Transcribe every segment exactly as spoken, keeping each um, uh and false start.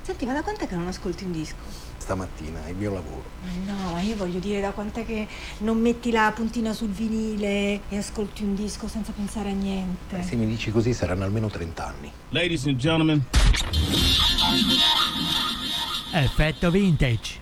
Senti, ma da quant'è che non ascolti un disco? Stamattina, è il mio lavoro. No, ma io voglio dire, da quant'è che non metti la puntina sul vinile e ascolti un disco senza pensare a niente? Beh, se mi dici così saranno almeno trenta anni. Ladies and gentlemen. Effetto vintage.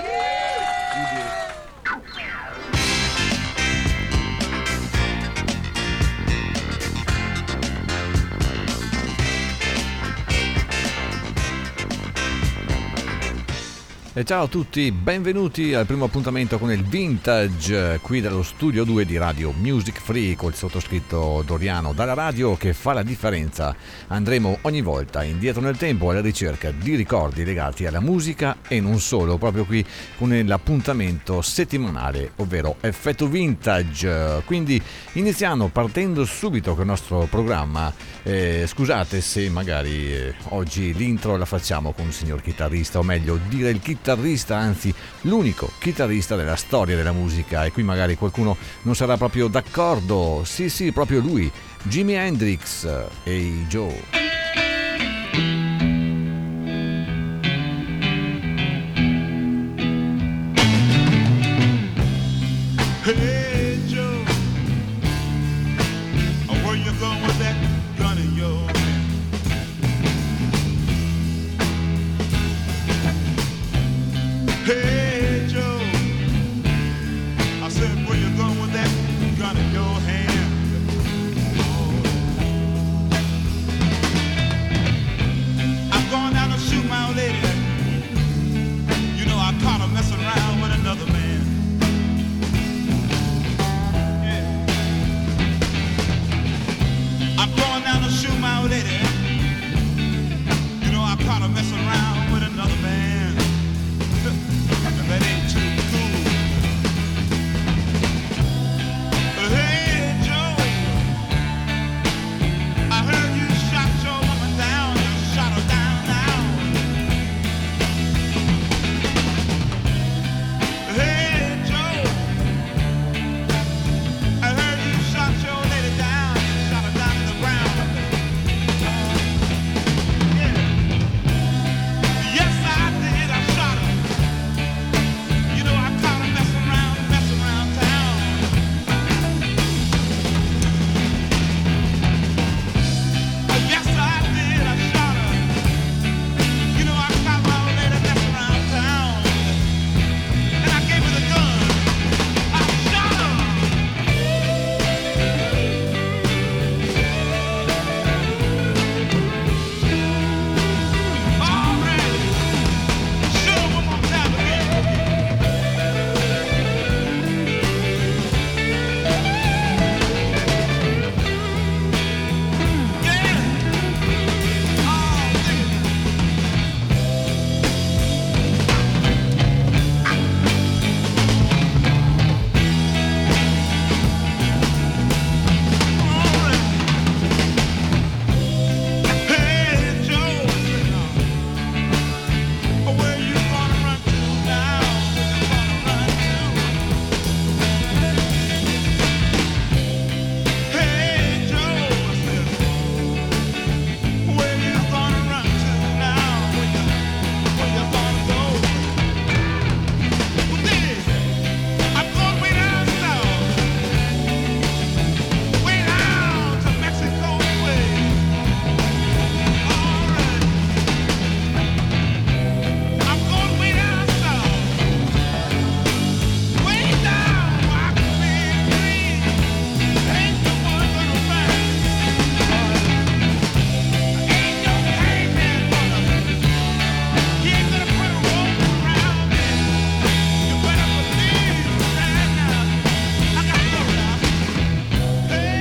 E ciao a tutti, benvenuti al primo appuntamento con il Vintage, qui dallo studio due di Radio Music Free col sottoscritto Doriano dalla radio che fa la differenza. Andremo ogni volta indietro nel tempo alla ricerca di ricordi legati alla musica e non solo, proprio qui con l'appuntamento settimanale, ovvero Effetto Vintage. Quindi iniziamo partendo subito con il nostro programma. Eh, scusate se magari eh, oggi l'intro la facciamo con un signor chitarrista, o meglio dire il chitarrista chitarrista, anzi l'unico chitarrista della storia della musica, e qui magari qualcuno non sarà proprio d'accordo. Sì sì, proprio lui, Jimi Hendrix. Hey Joe. Hey Joe, where you going with that gun in your hand? Hey Joe, I said, where you going with that gun in your hand? Oh. I'm going down to shoot my old lady. You know I caught her messing around with another man. Yeah. I'm going down to shoot my old lady. You know I caught her messing around with another man. That ain't too cool. Hey Joe, I heard you shot your woman down. You shot her down now. Hey Joe, I heard you shot your lady down. You shot her down to the ground. Yeah. Yes, I did. I shot her. You know I caught her messing around, messing around town. Yes, I did. I shot her. You know I caught my old lady messing around town. And I gave her the gun. I shot her. All right. Show 'em one more time again. Yeah. Oh, nigga. All right. Hey, Joe. Where you gonna run to now? Where you gonna run to? Hey, Joe. I said, where you gonna run to now? Where you, where you gonna go? Well, this, I'm going way down south. Way down to Mexico way. All right. I'm going way down south. Way down where I can be free. Ain't no one gonna find me. Ain't no hangman gonna. He ain't gonna put a rope around me. You better believe that now. I got to go now. Hey,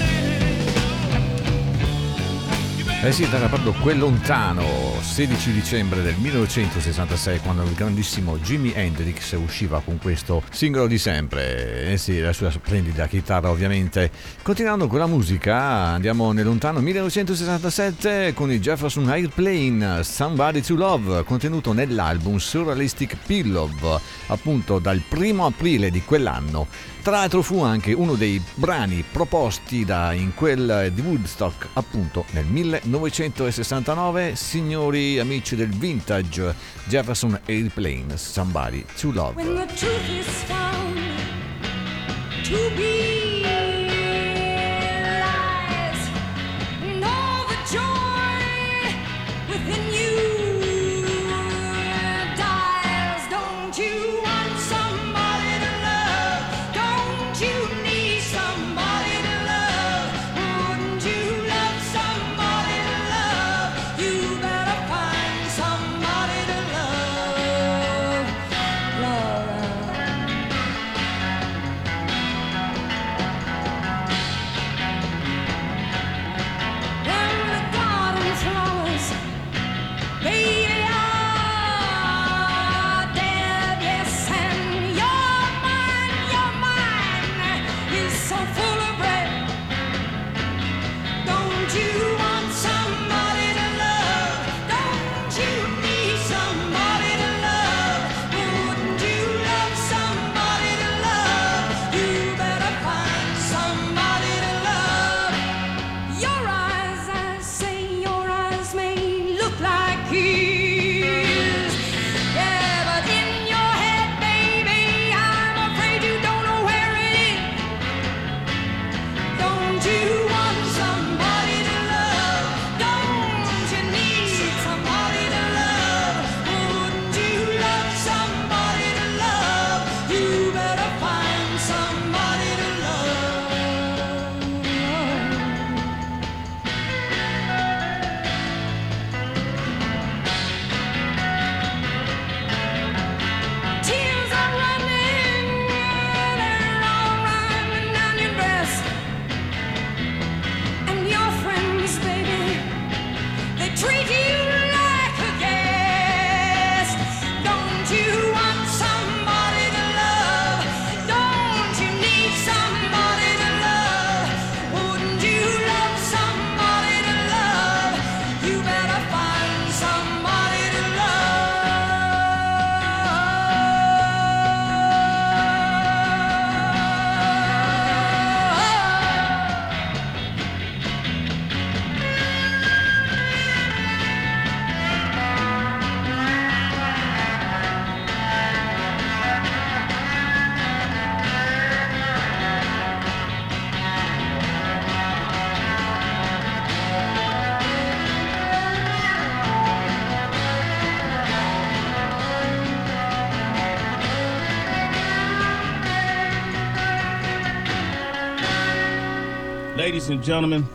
you better. Eh sì, era proprio quel lontano sedici dicembre del millenovecentosessantasei, quando il grandissimo Jimi Hendrix usciva con questo singolo di sempre. Eh sì, la sua splendida chitarra, ovviamente. Continuando con la musica, andiamo nel lontano millenovecentosessantasette con i Jefferson Airplane, Somebody to Love, contenuto nell'album Surrealistic Pillow, appunto dal primo aprile di quell'anno. Tra l'altro fu anche uno dei brani proposti da in quel di Woodstock, appunto nel millenovecentosessantasette. millenovecentosessantanove, signori amici del vintage, Jefferson Airplane, Somebody to Love. When the truth is found to be lies, and all the joy within you dies. Don't you want somebody to love? Don't you need somebody to love? Wouldn't you love somebody to love? You better find somebody to love. Love. When the garden flowers, baby, are dead, yes, and your mind, your mind is so full of red. Don't you want somebody to love? Don't you need somebody to love? Wouldn't you love somebody to love? You better find somebody to love. Your eyes, I say, your eyes may look like his. Yeah, but in your head, baby, I'm afraid you don't know where it is. Don't you want somebody to love? Don't you need somebody to love? Wouldn't you love somebody to love? You better find somebody to love. Tears are running, they're all running down your dress. And your friends, baby, they treat you like a guest. Don't you want somebody to love? Don't you need somebody to love? Wouldn't you love somebody to love? You better find somebody to love. Ladies and gentlemen,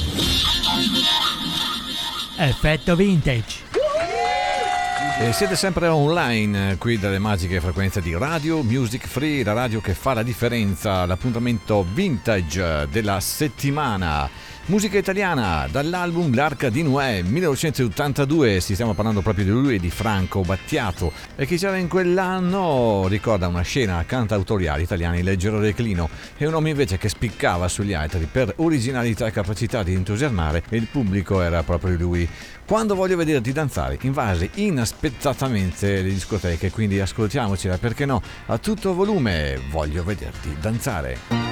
Effetto vintage. E siete sempre online eh, qui dalle magiche frequenze di Radio Music Free, la radio che fa la differenza, l'appuntamento vintage della settimana. Musica italiana dall'album L'Arca di Noè millenovecentottantadue, si stiamo parlando proprio di lui e di Franco Battiato, e chi c'era in quell'anno ricorda una scena cantautoriale italiana in leggero declino e un uomo invece che spiccava sugli altri per originalità e capacità di entusiasmare, e il pubblico era proprio lui. Quando voglio vederti danzare invase inaspettatamente le discoteche, quindi ascoltiamocela, perché no, a tutto volume, Voglio vederti danzare.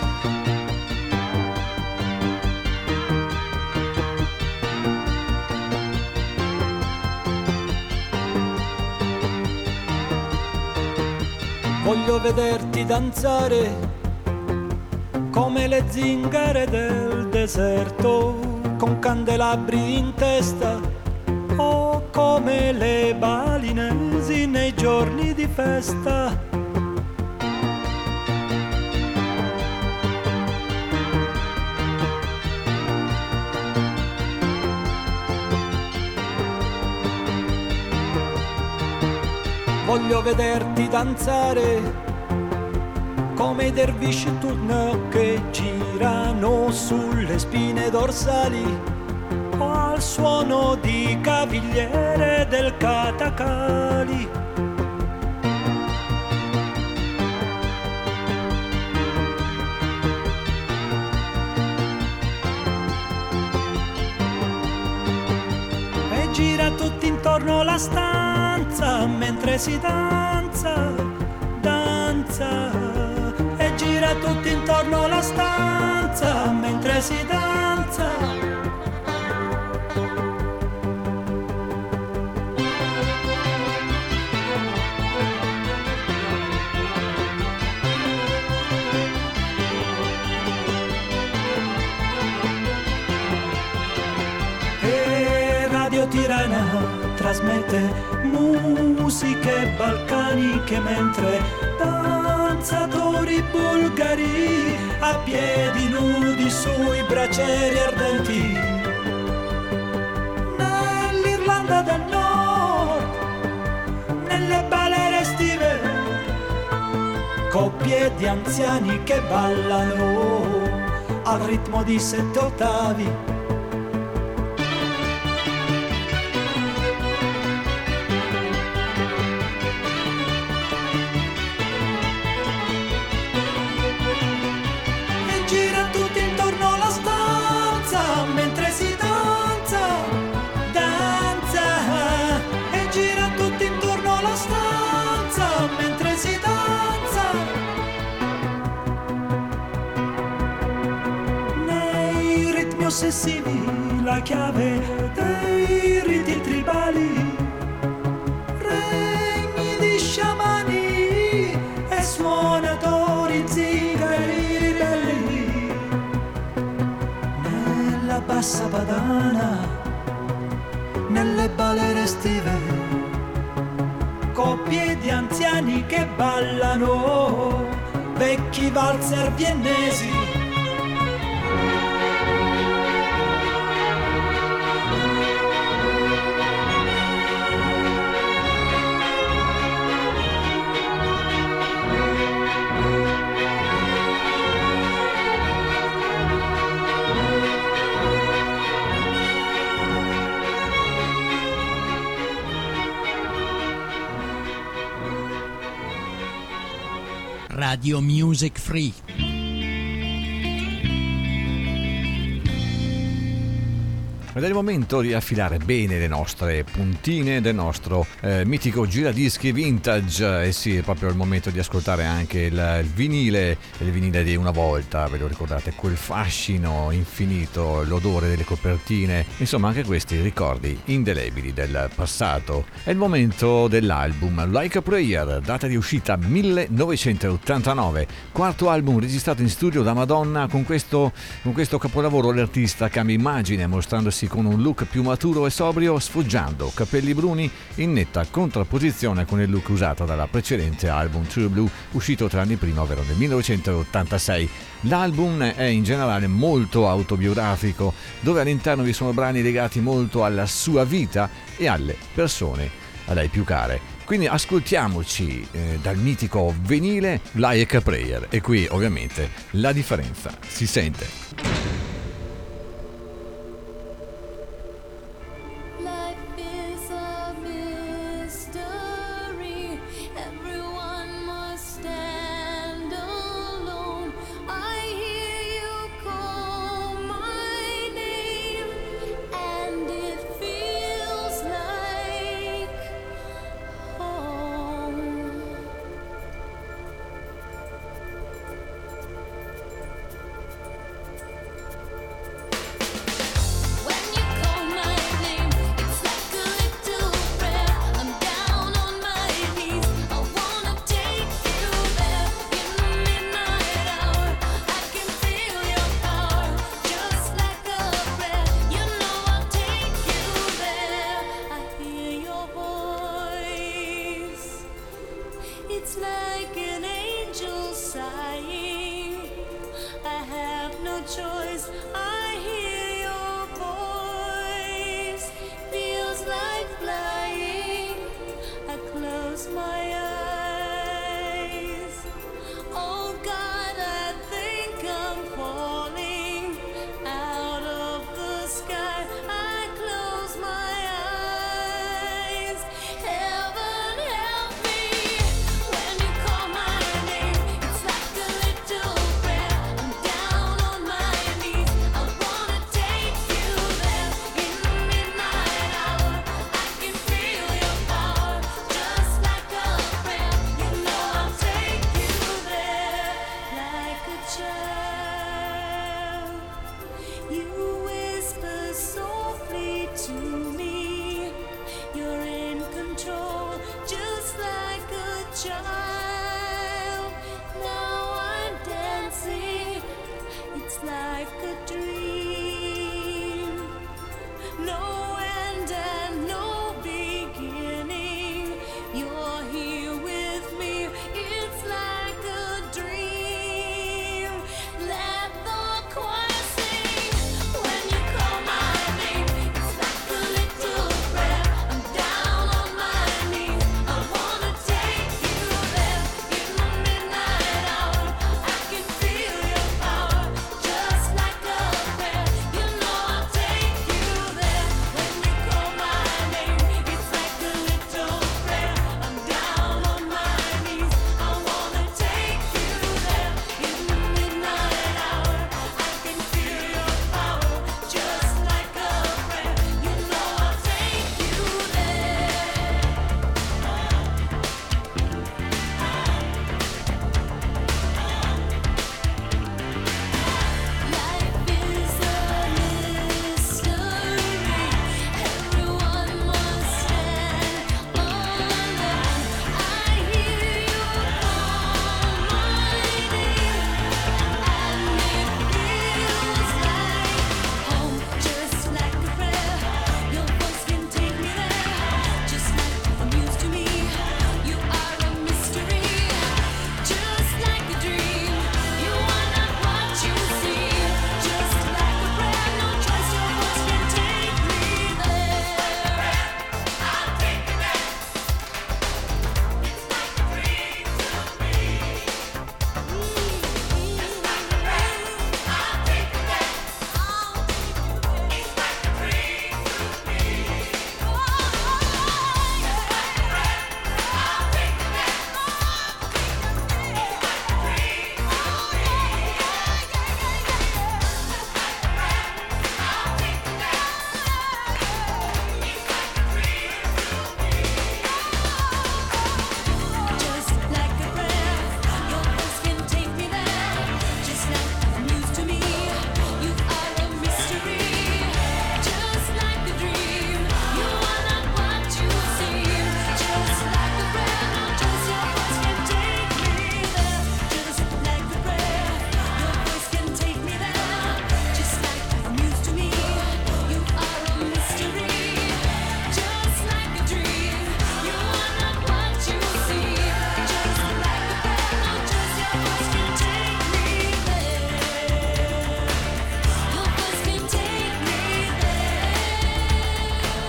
Voglio vederti danzare come le zingare del deserto, con candelabri in testa, o come le balinesi nei giorni di festa. Voglio vederti danzare come i dervisci turno che girano sulle spine dorsali, o al suono di cavigliere del Katakali. E gira tutti intorno la stanza mentre si danza, danza. E gira tutti intorno la stanza mentre si danza. padana trasmette musiche balcaniche mentre danzatori bulgari a piedi nudi sui bracieri ardenti. Nell'Irlanda del Nord, nelle balere estive, coppie di anziani che ballano al ritmo di sette ottavi. E gira tutti intorno alla stanza mentre si danza, danza. E gira tutti intorno alla stanza mentre si danza. Nei ritmi ossessivi la chiave dei riti tribali, regni di sciamani e suonatori zingari ribelli. Nella bassa padana, nelle balere estive, coppie di anziani che ballano vecchi valzer viennesi. Radio Music Free. Ed è il momento di affilare bene le nostre puntine del nostro eh, mitico giradischi vintage. E eh sì, è proprio il momento di ascoltare anche il, il vinile, il vinile di una volta, ve lo ricordate? Quel fascino infinito, l'odore delle copertine, insomma anche questi ricordi indelebili del passato. È il momento dell'album Like a Prayer, data di uscita millenovecentottantanove, quarto album registrato in studio da Madonna. Con questo, con questo capolavoro l'artista cambia immagine, mostrandosi con un look più maturo e sobrio, sfoggiando capelli bruni in netta contrapposizione con il look usato dalla precedente album True Blue, uscito tre anni prima, ovvero nel millenovecentottantasei. L'album è in generale molto autobiografico, dove all'interno vi sono brani legati molto alla sua vita e alle persone a lei più care. Quindi ascoltiamoci eh, dal mitico vinile Like a Prayer, e qui ovviamente la differenza si sente. Life is a mystery. Everyone must stand alone. I hear you call my name, and it feels like home. When you call my name, it's like a little prayer. I'm down on my knees. I wanna take you there in the midnight hour. I can feel your power, just like a prayer. You know I'll take you there. I hear your voice. It's like an angel sighing. I have no choice. I hear your voice. Feels like flying. I close my eyes. Oh God, I think I'm falling out of the sky. I close my eyes. Heaven help me. When you call my name, it's like a little prayer. I'm down on my knees.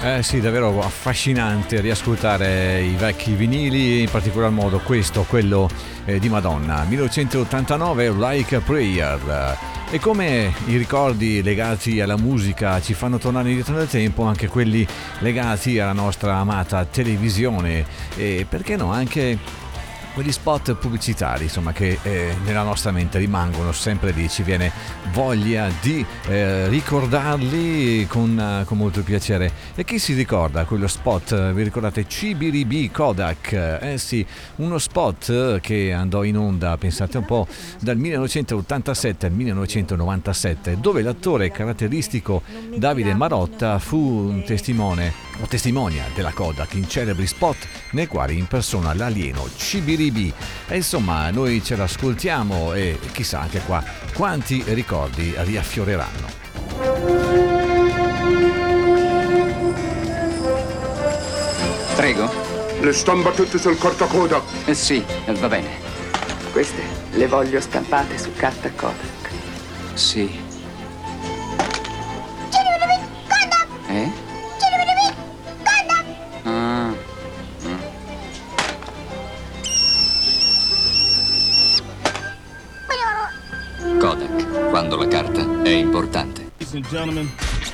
Eh sì, davvero affascinante riascoltare i vecchi vinili, in particolar modo questo, quello eh, di Madonna, millenovecentottantanove, Like a Prayer. E come i ricordi legati alla musica ci fanno tornare indietro nel tempo, anche quelli legati alla nostra amata televisione e perché no anche quegli spot pubblicitari, insomma, che eh, nella nostra mente rimangono sempre lì, ci viene voglia di eh, ricordarli con, con molto piacere. E chi si ricorda quello spot? Vi ricordate C B R B Kodak? Eh sì, uno spot che andò in onda, pensate un po', dal millenovecentottantasette al millenovecentonovantasette, dove l'attore caratteristico Davide Marotta fu un testimone o testimonia della Kodak in celebri spot nei quali impersona l'alieno C B R B. E insomma, noi ce l'ascoltiamo e chissà anche qua quanti ricordi riaffioreranno. Prego? Le stampa tutte sul cartacoda. Eh sì, va bene. Queste le voglio stampate su carta Kodak. Sì. Eh? Ah. Mm. Kodak, quando la carta è importante. Ladies and gentlemen.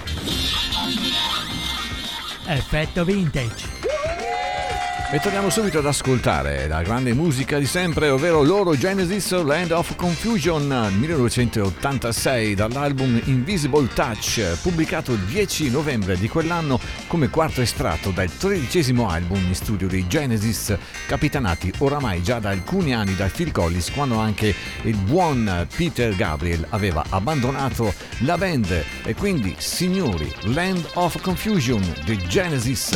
Effetto vintage. E torniamo subito ad ascoltare la grande musica di sempre, ovvero loro Genesis, Land of Confusion, millenovecentottantasei, dall'album Invisible Touch, pubblicato il dieci novembre di quell'anno come quarto estratto dal tredicesimo album in studio dei Genesis, capitanati oramai già da alcuni anni da Phil Collins, quando anche il buon Peter Gabriel aveva abbandonato la band. E quindi, signori, Land of Confusion dei Genesis.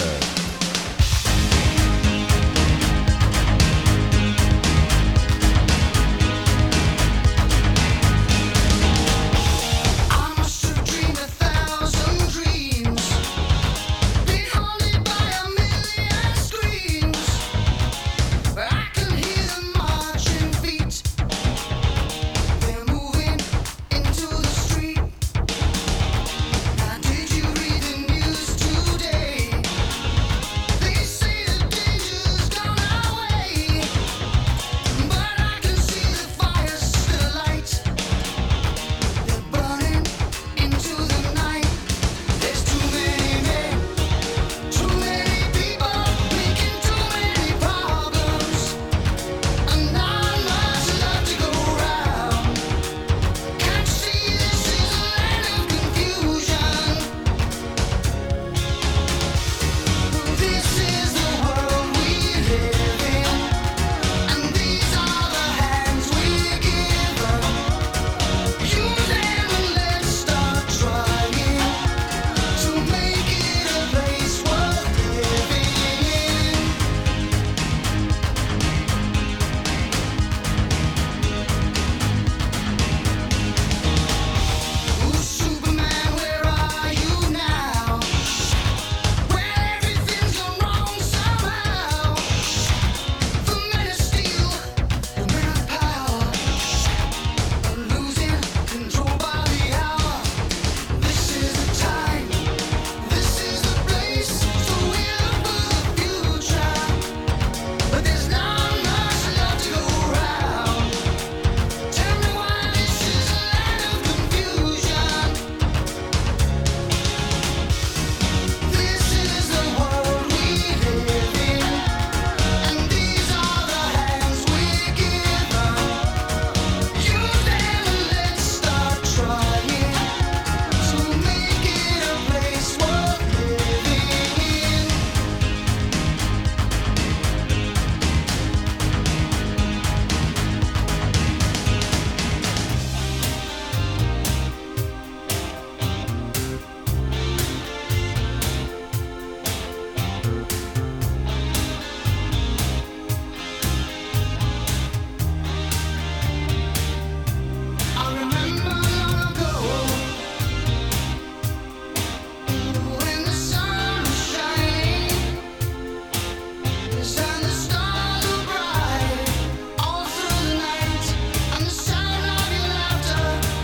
Did you read the news today?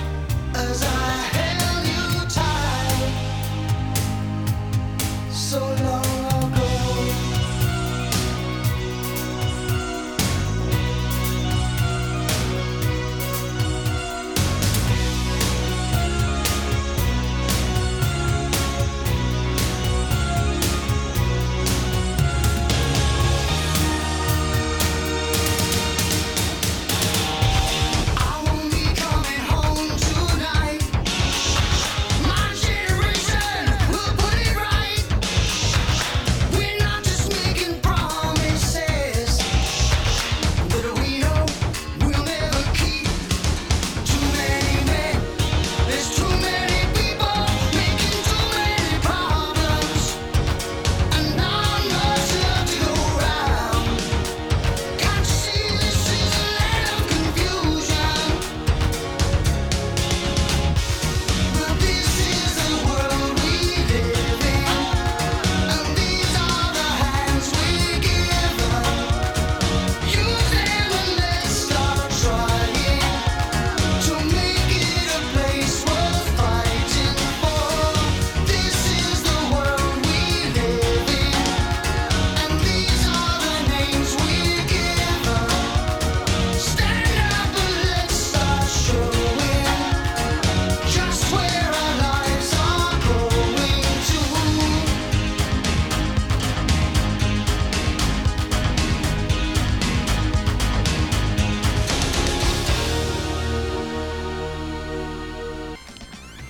so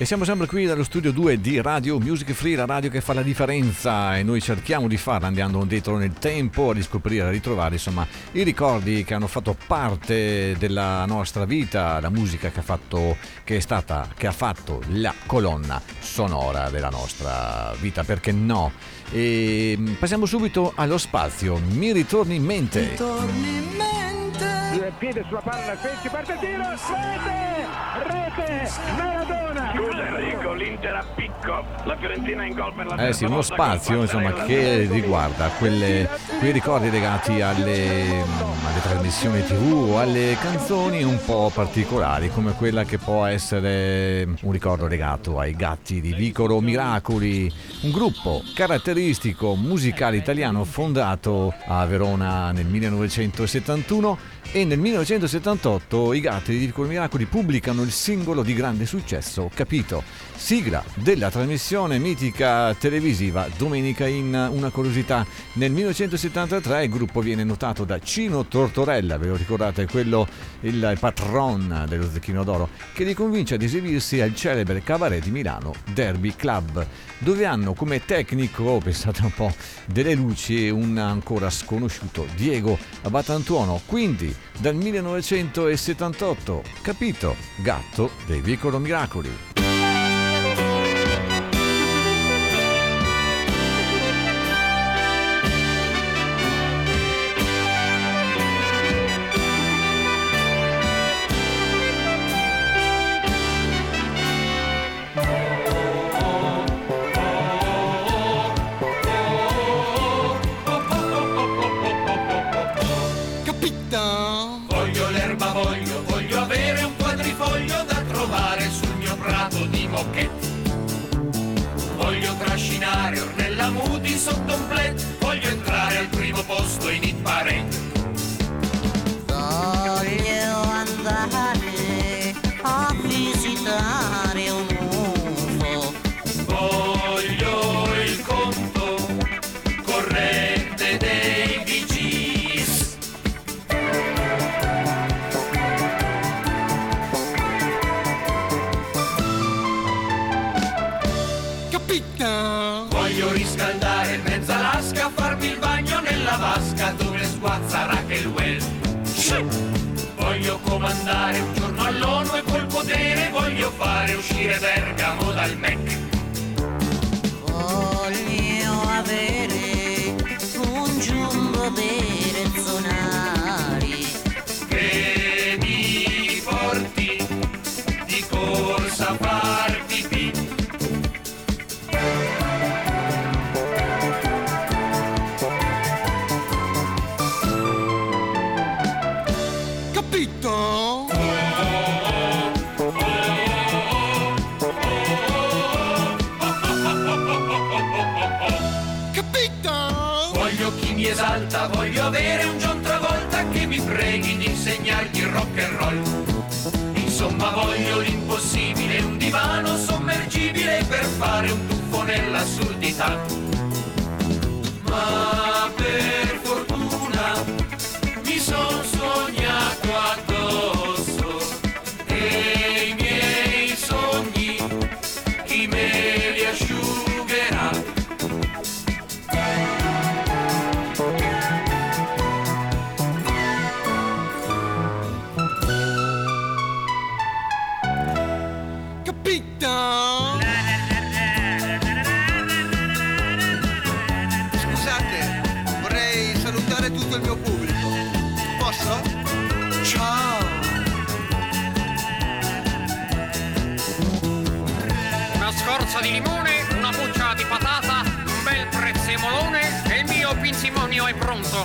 E siamo sempre qui dallo studio due di Radio Music Free, la radio che fa la differenza, e noi cerchiamo di farla andando dietro nel tempo a riscoprire, a ritrovare insomma i ricordi che hanno fatto parte della nostra vita, la musica che ha fatto, che è stata, che ha fatto la colonna sonora della nostra vita, perché no? E passiamo subito allo spazio. Mi ritorni in mente. Ritorni in mente. Piede sulla palla, Pesci, parte il tiro, rete, rete, Maradona. Scusa Enrico, l'Inter a picco, la Fiorentina in gol per la Eh sì, uno spazio insomma che riguarda quelle, quei ricordi legati alle, alle trasmissioni tivù o alle canzoni un po' particolari, come quella che può essere un ricordo legato ai Gatti di Vicolo Miracoli, un gruppo caratteristico musicale italiano fondato a Verona nel millenovecentosettantuno, e nel millenovecentosettantotto i Gatti di Vicolo Miracoli pubblicano il singolo di grande successo Capito, sigla della trasmissione mitica televisiva Domenica in Una Curiosità. Nel millenovecentosettantatré il gruppo viene notato da Cino Tortorella, ve lo ricordate, quello il patron dello Zecchino d'Oro, che li convince ad esibirsi al celebre cabaret di Milano Derby Club, dove hanno come tecnico, pensate un po', delle luci un ancora sconosciuto Diego Batantuono. Quindi dal millenovecentosettantotto Capito, Gatto dei Vicolo Miracoli. Voglio l'erba, voglio, voglio avere un quadrifoglio da trovare sul mio prato di moquette. Voglio trascinare Ornella Muti sotto un plaid, voglio entrare al primo posto in hit parade. Voglio andare a visitare un U F O. Voglio il conto corrente dei Bee Gees. Voglio riscaldare mezza lasca, farmi il bagno nella vasca dove sguazza Rachel Well. Voglio comandare un giorno all'ONU e col potere voglio fare uscire Bergamo dal M E C. Voglio avere un giumbo dei rezzonari che mi porti di corsa a far pipì. Capito? Capito? Voglio chi mi esalta, voglio avere un John Travolta che mi preghi di insegnargli il rock and roll. Insomma voglio l'impossibile, un divano sommergibile per fare un tuffo nell'assurdità. Ma per fortuna mi son sognato addosso e i miei sogni chi me li asciugherà? Scusate, vorrei salutare tutto il mio pubblico. Posso? Ciao! Una scorza di limone, una buccia di patata, un bel prezzemolone e il mio pinzimonio è pronto.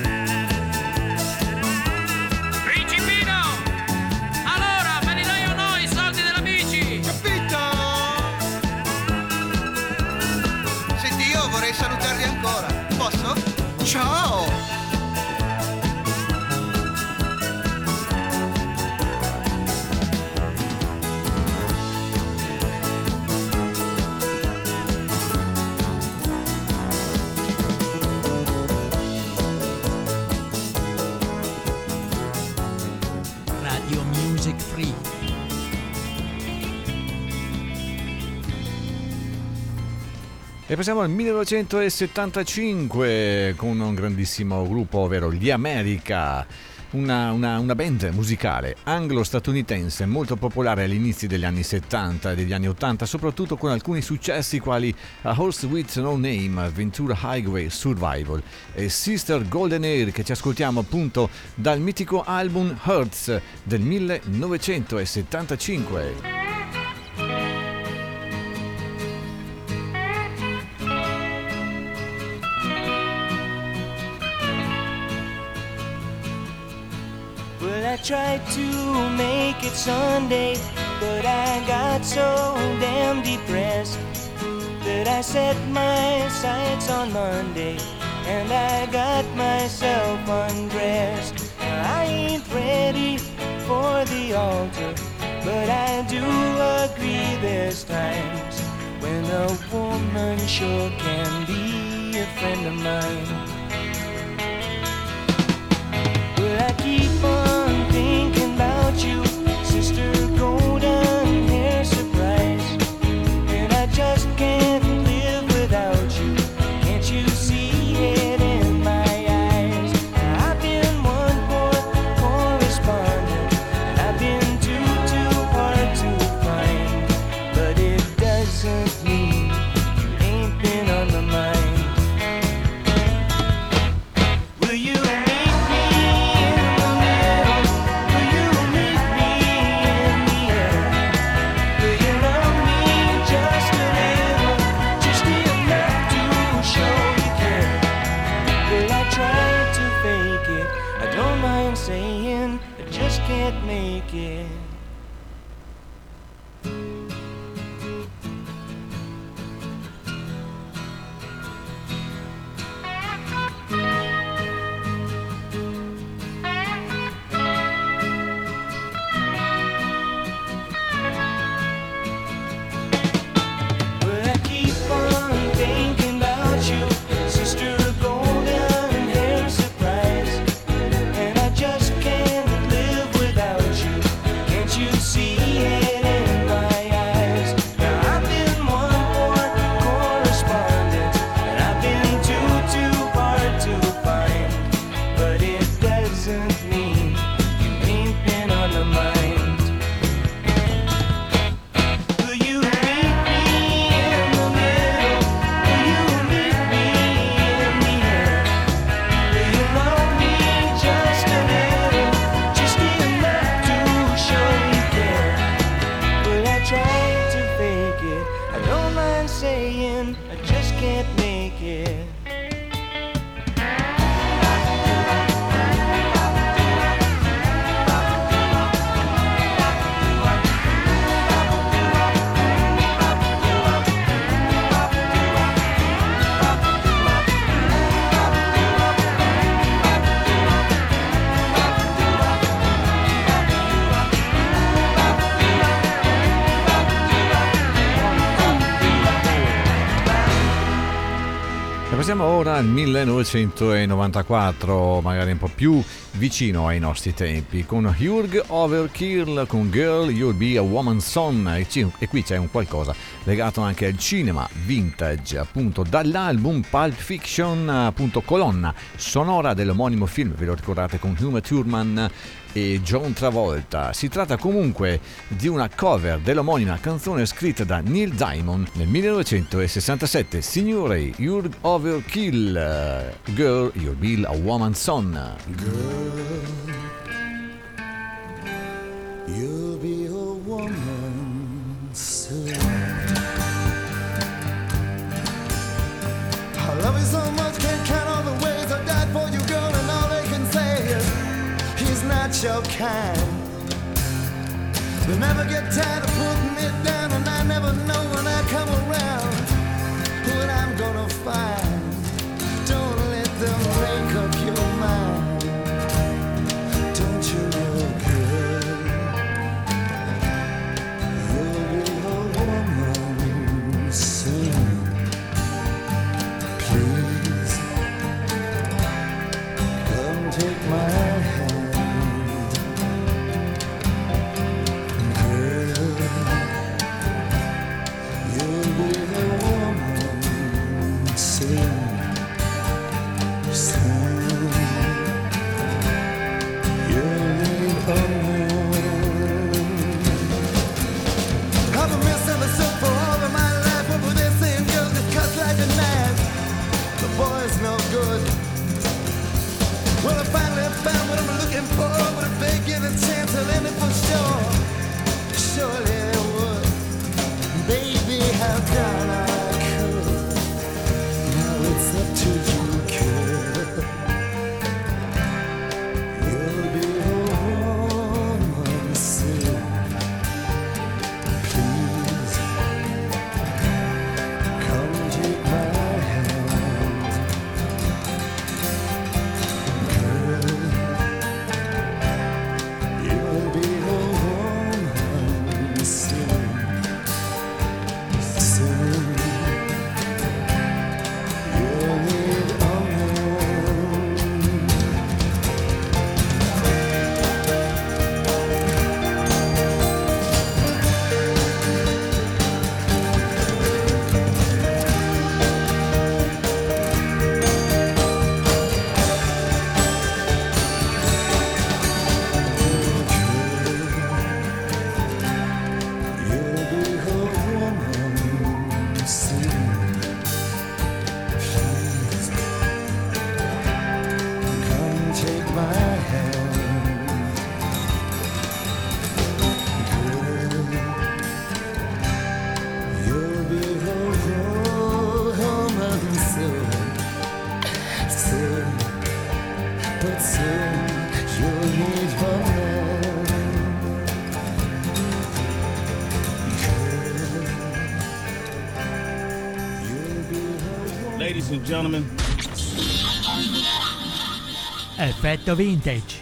Principino! Allora, me li dai o no i soldi della bici? Capito? Senti, io vorrei salutarli ancora. Posso? Ciao! Radio Music Free. E passiamo al millenovecentosettantacinque con un grandissimo gruppo, ovvero gli America, una, una, una band musicale anglo-statunitense molto popolare agli inizi degli anni settanta e degli anni ottanta, soprattutto con alcuni successi quali A Horse with No Name, Ventura Highway Survival e Sister Golden Hair, che ci ascoltiamo appunto dal mitico album Hearts del millenovecentosettantacinque. I tried to make it Sunday, but I got so damn depressed that I set my sights on Monday and I got myself undressed. I ain't ready for the altar, but I do agree there's times when a woman sure can be a friend of mine. Well, I keep on thinking about you, Sister Golden Hair Surprise, and I just can't live without you. Can't you see it in my eyes? I've been one poor correspondent, and I've been too, too hard to find, but it doesn't mean you ain't been on my mind. Will you saying I just can't make it. Well, I keep on thinking about you, Sister Golden Hair Surprise, and I just can't live without you. Can't you see it in my eyes? Now I've been one poor correspondent, and I've been too, too hard to find, but it doesn't mean you ain't been on my mind. Will you meet me in the middle? Will you meet me in the air? Will you love me just a little, just enough to show you care? Well, I tried to fake it, I don't mind saying I just can't make it. E passiamo ora al millenovecentonovantaquattro, magari un po' più vicino ai nostri tempi, con Jürg Overkill con Girl You'll Be a Woman's Son, e, ci- e qui c'è un qualcosa legato anche al cinema vintage, appunto dall'album Pulp Fiction, appunto colonna sonora dell'omonimo film, ve lo ricordate, con Uma Thurman e John Travolta. Si tratta comunque di una cover dell'omonima canzone scritta da Neil Diamond nel millenovecentosessantasette. Signore, Jürg Overkill, Girl You'll Be a Woman's Son. You'll be a woman soon. I love you so much, can't count all the ways I died for you, girl, and all they can say is he's not your kind. They never get tired of putting it down, and I never know when I come around what I'm gonna find. Don't let them make up your mind. Don't you know, girl, you'll be a woman soon. Please, come take my hand, girl. You'll be a woman looking for, but if they give a chance, they'll end it for sure. Surely they would. Baby, how can I could? Now it's up to you, kid. You'll be home soon. Please, come take my hand. Girl, you'll be home soon. Soon, you'll need a home. You'll be home soon. Please, come take my hand. Girl, you'll be home soon. Soon, but soon you'll need a man. Ladies and gentlemen, Effetto vintage.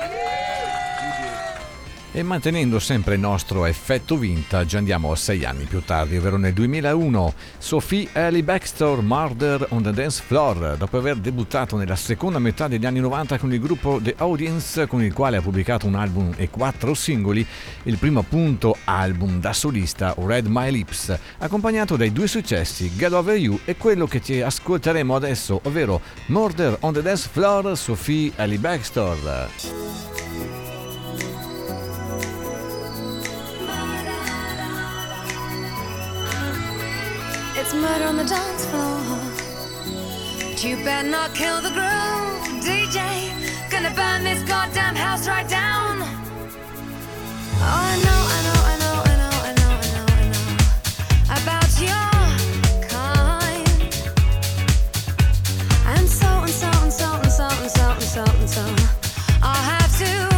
E mantenendo sempre il nostro effetto vintage andiamo a sei anni più tardi, ovvero nel duemilauno. Sophie Ellie Bextor, Murder on the Dance Floor, dopo aver debuttato nella seconda metà degli anni novanta con il gruppo The Audience, con il quale ha pubblicato un album e quattro singoli, il primo appunto album da solista Read My Lips, accompagnato dai due successi Get Over You e quello che ci ascolteremo adesso, ovvero Murder on the Dance Floor, Sophie Ellie Bextor. It's murder on the dance floor. But you better not kill the groove, D J. Gonna burn this goddamn house right down. Oh, I know, I know, I know, I know, I know, I know, I know about your kind. And so and so and so and so and so and so and so I'll have to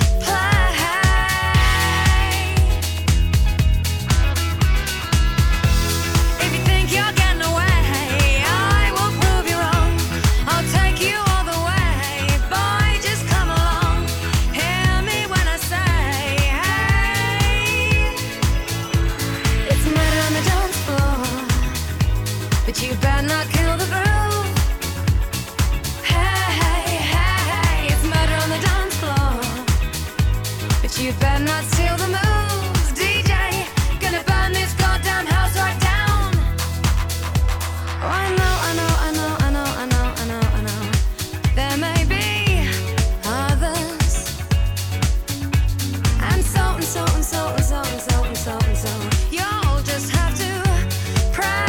you better not kill the groove. Hey, hey, hey, it's murder on the dance floor. But you better not steal the moves, D J. Gonna burn this goddamn house right down. Oh, I know, I know, I know, I know, I know, I know, I know. There may be others. And so and so and so and so and so and so and so. You'll just have to pray.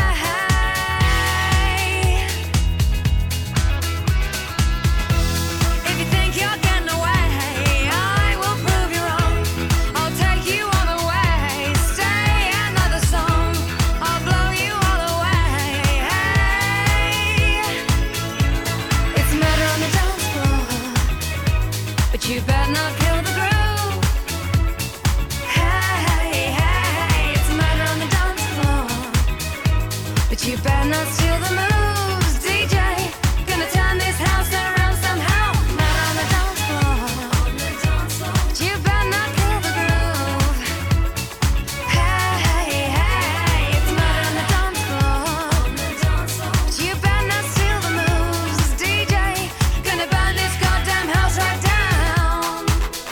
You better not kill the groove. Hey, hey, hey, it's murder on the dance floor. But you better not steal the moves, D J. Gonna turn this house around somehow. Murder on the dance floor. But you better not kill the groove. Hey, hey, hey, it's murder on the dance floor. But you better not steal the moves, D J. Gonna burn this goddamn house right down.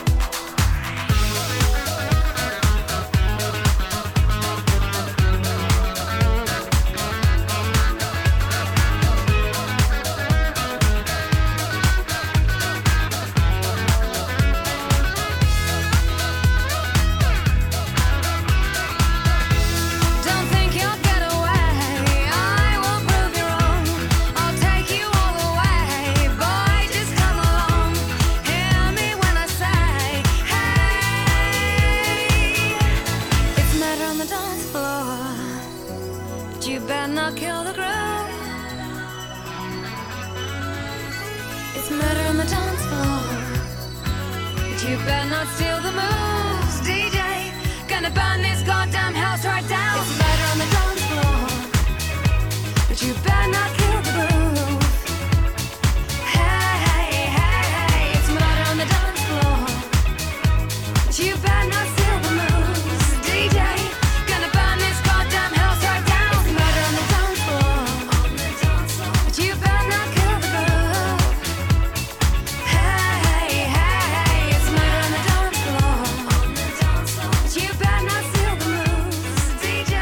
It's murder on the dance floor. But you better not steal the moves, D J. Gonna burn this goddamn house right down. It's murder on the dance floor. But you better not kill the groove. Hey, hey, hey, hey. It's murder on the dance floor. But you better not steal the moves, D J. Gonna burn this goddamn house right down. It's murder on the dance floor. But you better not kill the groove. Hey, hey, hey. It's murder on the dance floor. But you better not steal the moves, D J.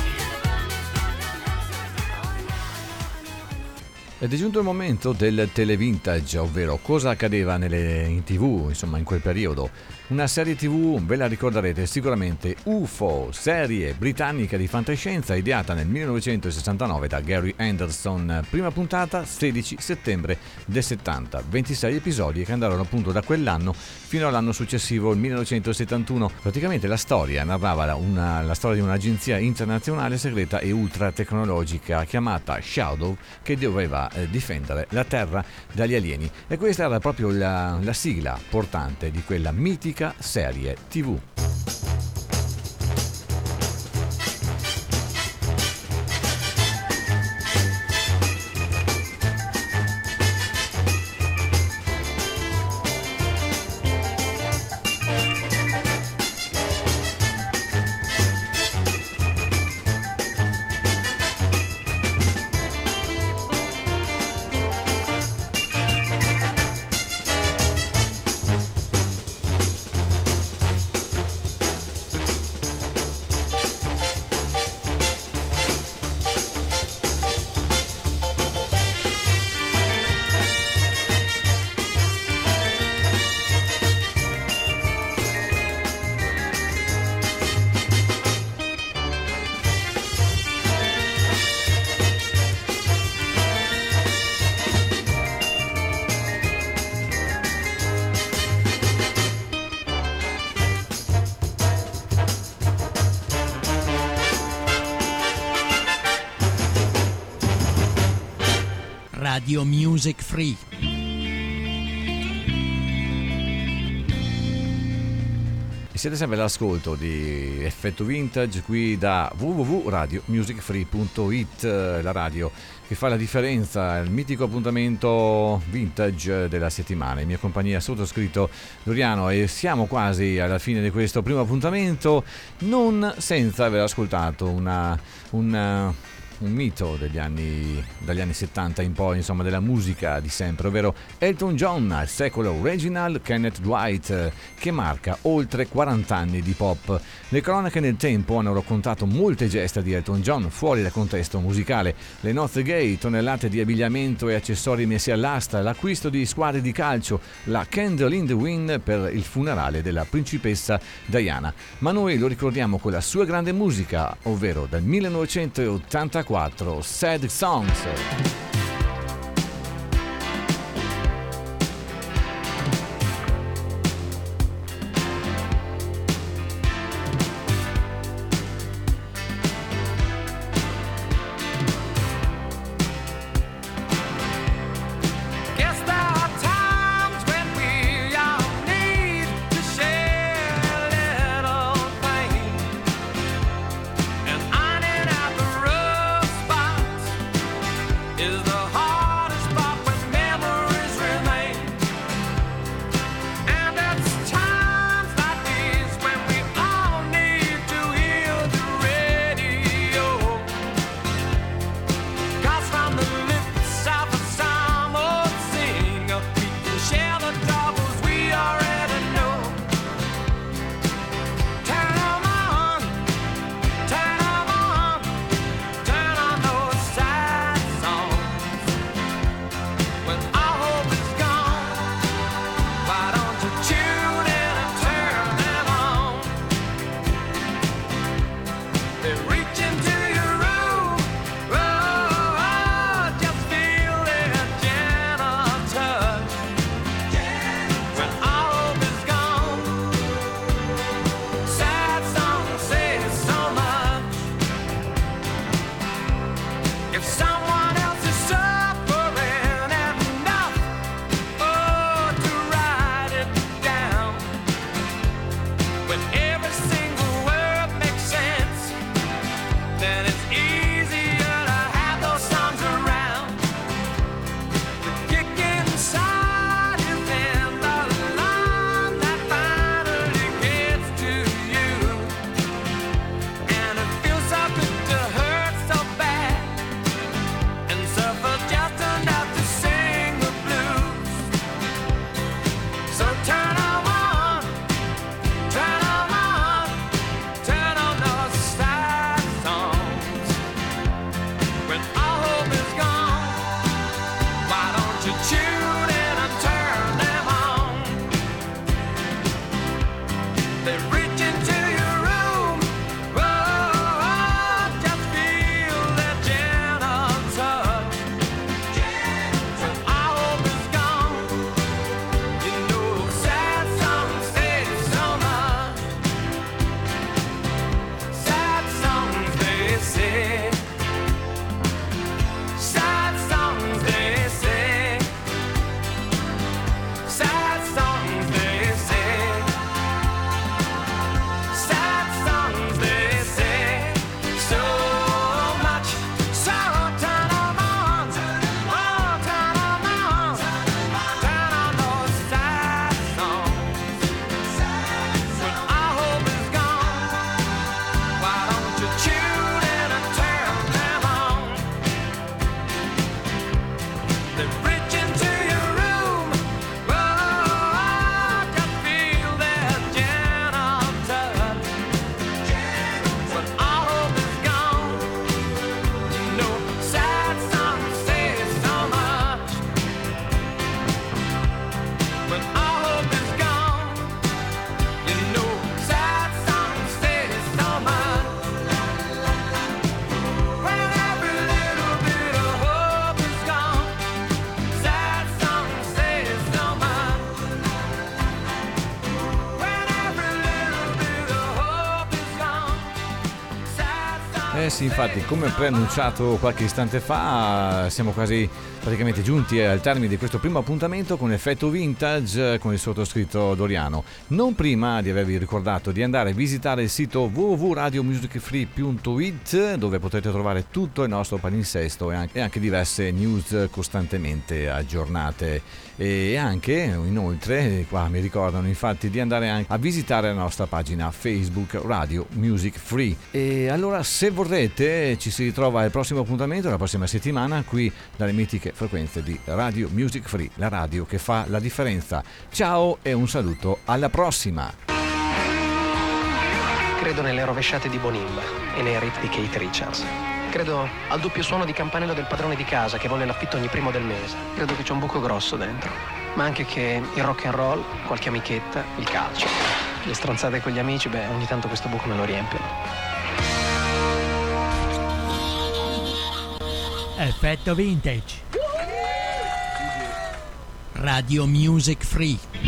Ed è giunto il momento del televintage, ovvero cosa accadeva nelle, in tv, insomma in quel periodo. Una serie tv, ve la ricorderete sicuramente, U F O, serie britannica di fantascienza ideata nel millenovecentosessantanove da Gary Anderson. Prima puntata sedici settembre del settanta, ventisei episodi che andarono appunto da quell'anno fino all'anno successivo, il millenovecentosettantuno. Praticamente la storia narrava una, la storia di un'agenzia internazionale segreta e ultra tecnologica chiamata Shadow, che doveva eh, difendere la Terra dagli alieni. E questa era proprio la, la sigla portante di quella mitica serie tv. Radio Music Free. Siete sempre all'ascolto di Effetto Vintage qui da w w w punto radio music free punto i t, la radio che fa la differenza, il mitico appuntamento vintage della settimana. In mia compagnia sottoscritto Doriano, e siamo quasi alla fine di questo primo appuntamento, non senza aver ascoltato una, una un mito degli anni, dagli anni settanta in poi, insomma, della musica di sempre, ovvero Elton John, il secolo Reginald Kenneth Dwight, che marca oltre quaranta anni di pop. Le cronache nel tempo hanno raccontato molte gesta di Elton John fuori dal contesto musicale: le nozze gay, tonnellate di abbigliamento e accessori messi all'asta, l'acquisto di squadre di calcio, la Candle in the Wind per il funerale della principessa Diana. Ma noi lo ricordiamo con la sua grande musica, ovvero dal millenovecentottantaquattro, Sad Songs. Is the Eh sì, infatti, come preannunciato qualche istante fa, siamo quasi praticamente giunti al termine di questo primo appuntamento con Effetto Vintage con il sottoscritto Doriano. Non prima di avervi ricordato di andare a visitare il sito w w w punto radio music free punto i t, dove potete trovare tutto il nostro palinsesto e anche, e anche diverse news costantemente aggiornate. E anche, inoltre, qua mi ricordano infatti di andare anche a visitare la nostra pagina Facebook Radio Music Free. E allora, se vorrete, ci si ritrova al prossimo appuntamento, la prossima settimana, qui dalle mitiche frequenze di Radio Music Free, la radio che fa la differenza. Ciao e un saluto, alla prossima! Credo nelle rovesciate di Bonilla e nei riff di Keith Richards. Credo al doppio suono di campanello del padrone di casa che vuole l'affitto ogni primo del mese. Credo che c'è un buco grosso dentro. Ma anche che il rock and roll, qualche amichetta, il calcio, le stronzate con gli amici, beh, ogni tanto questo buco me lo riempiono. Effetto Vintage. Radio Music Free.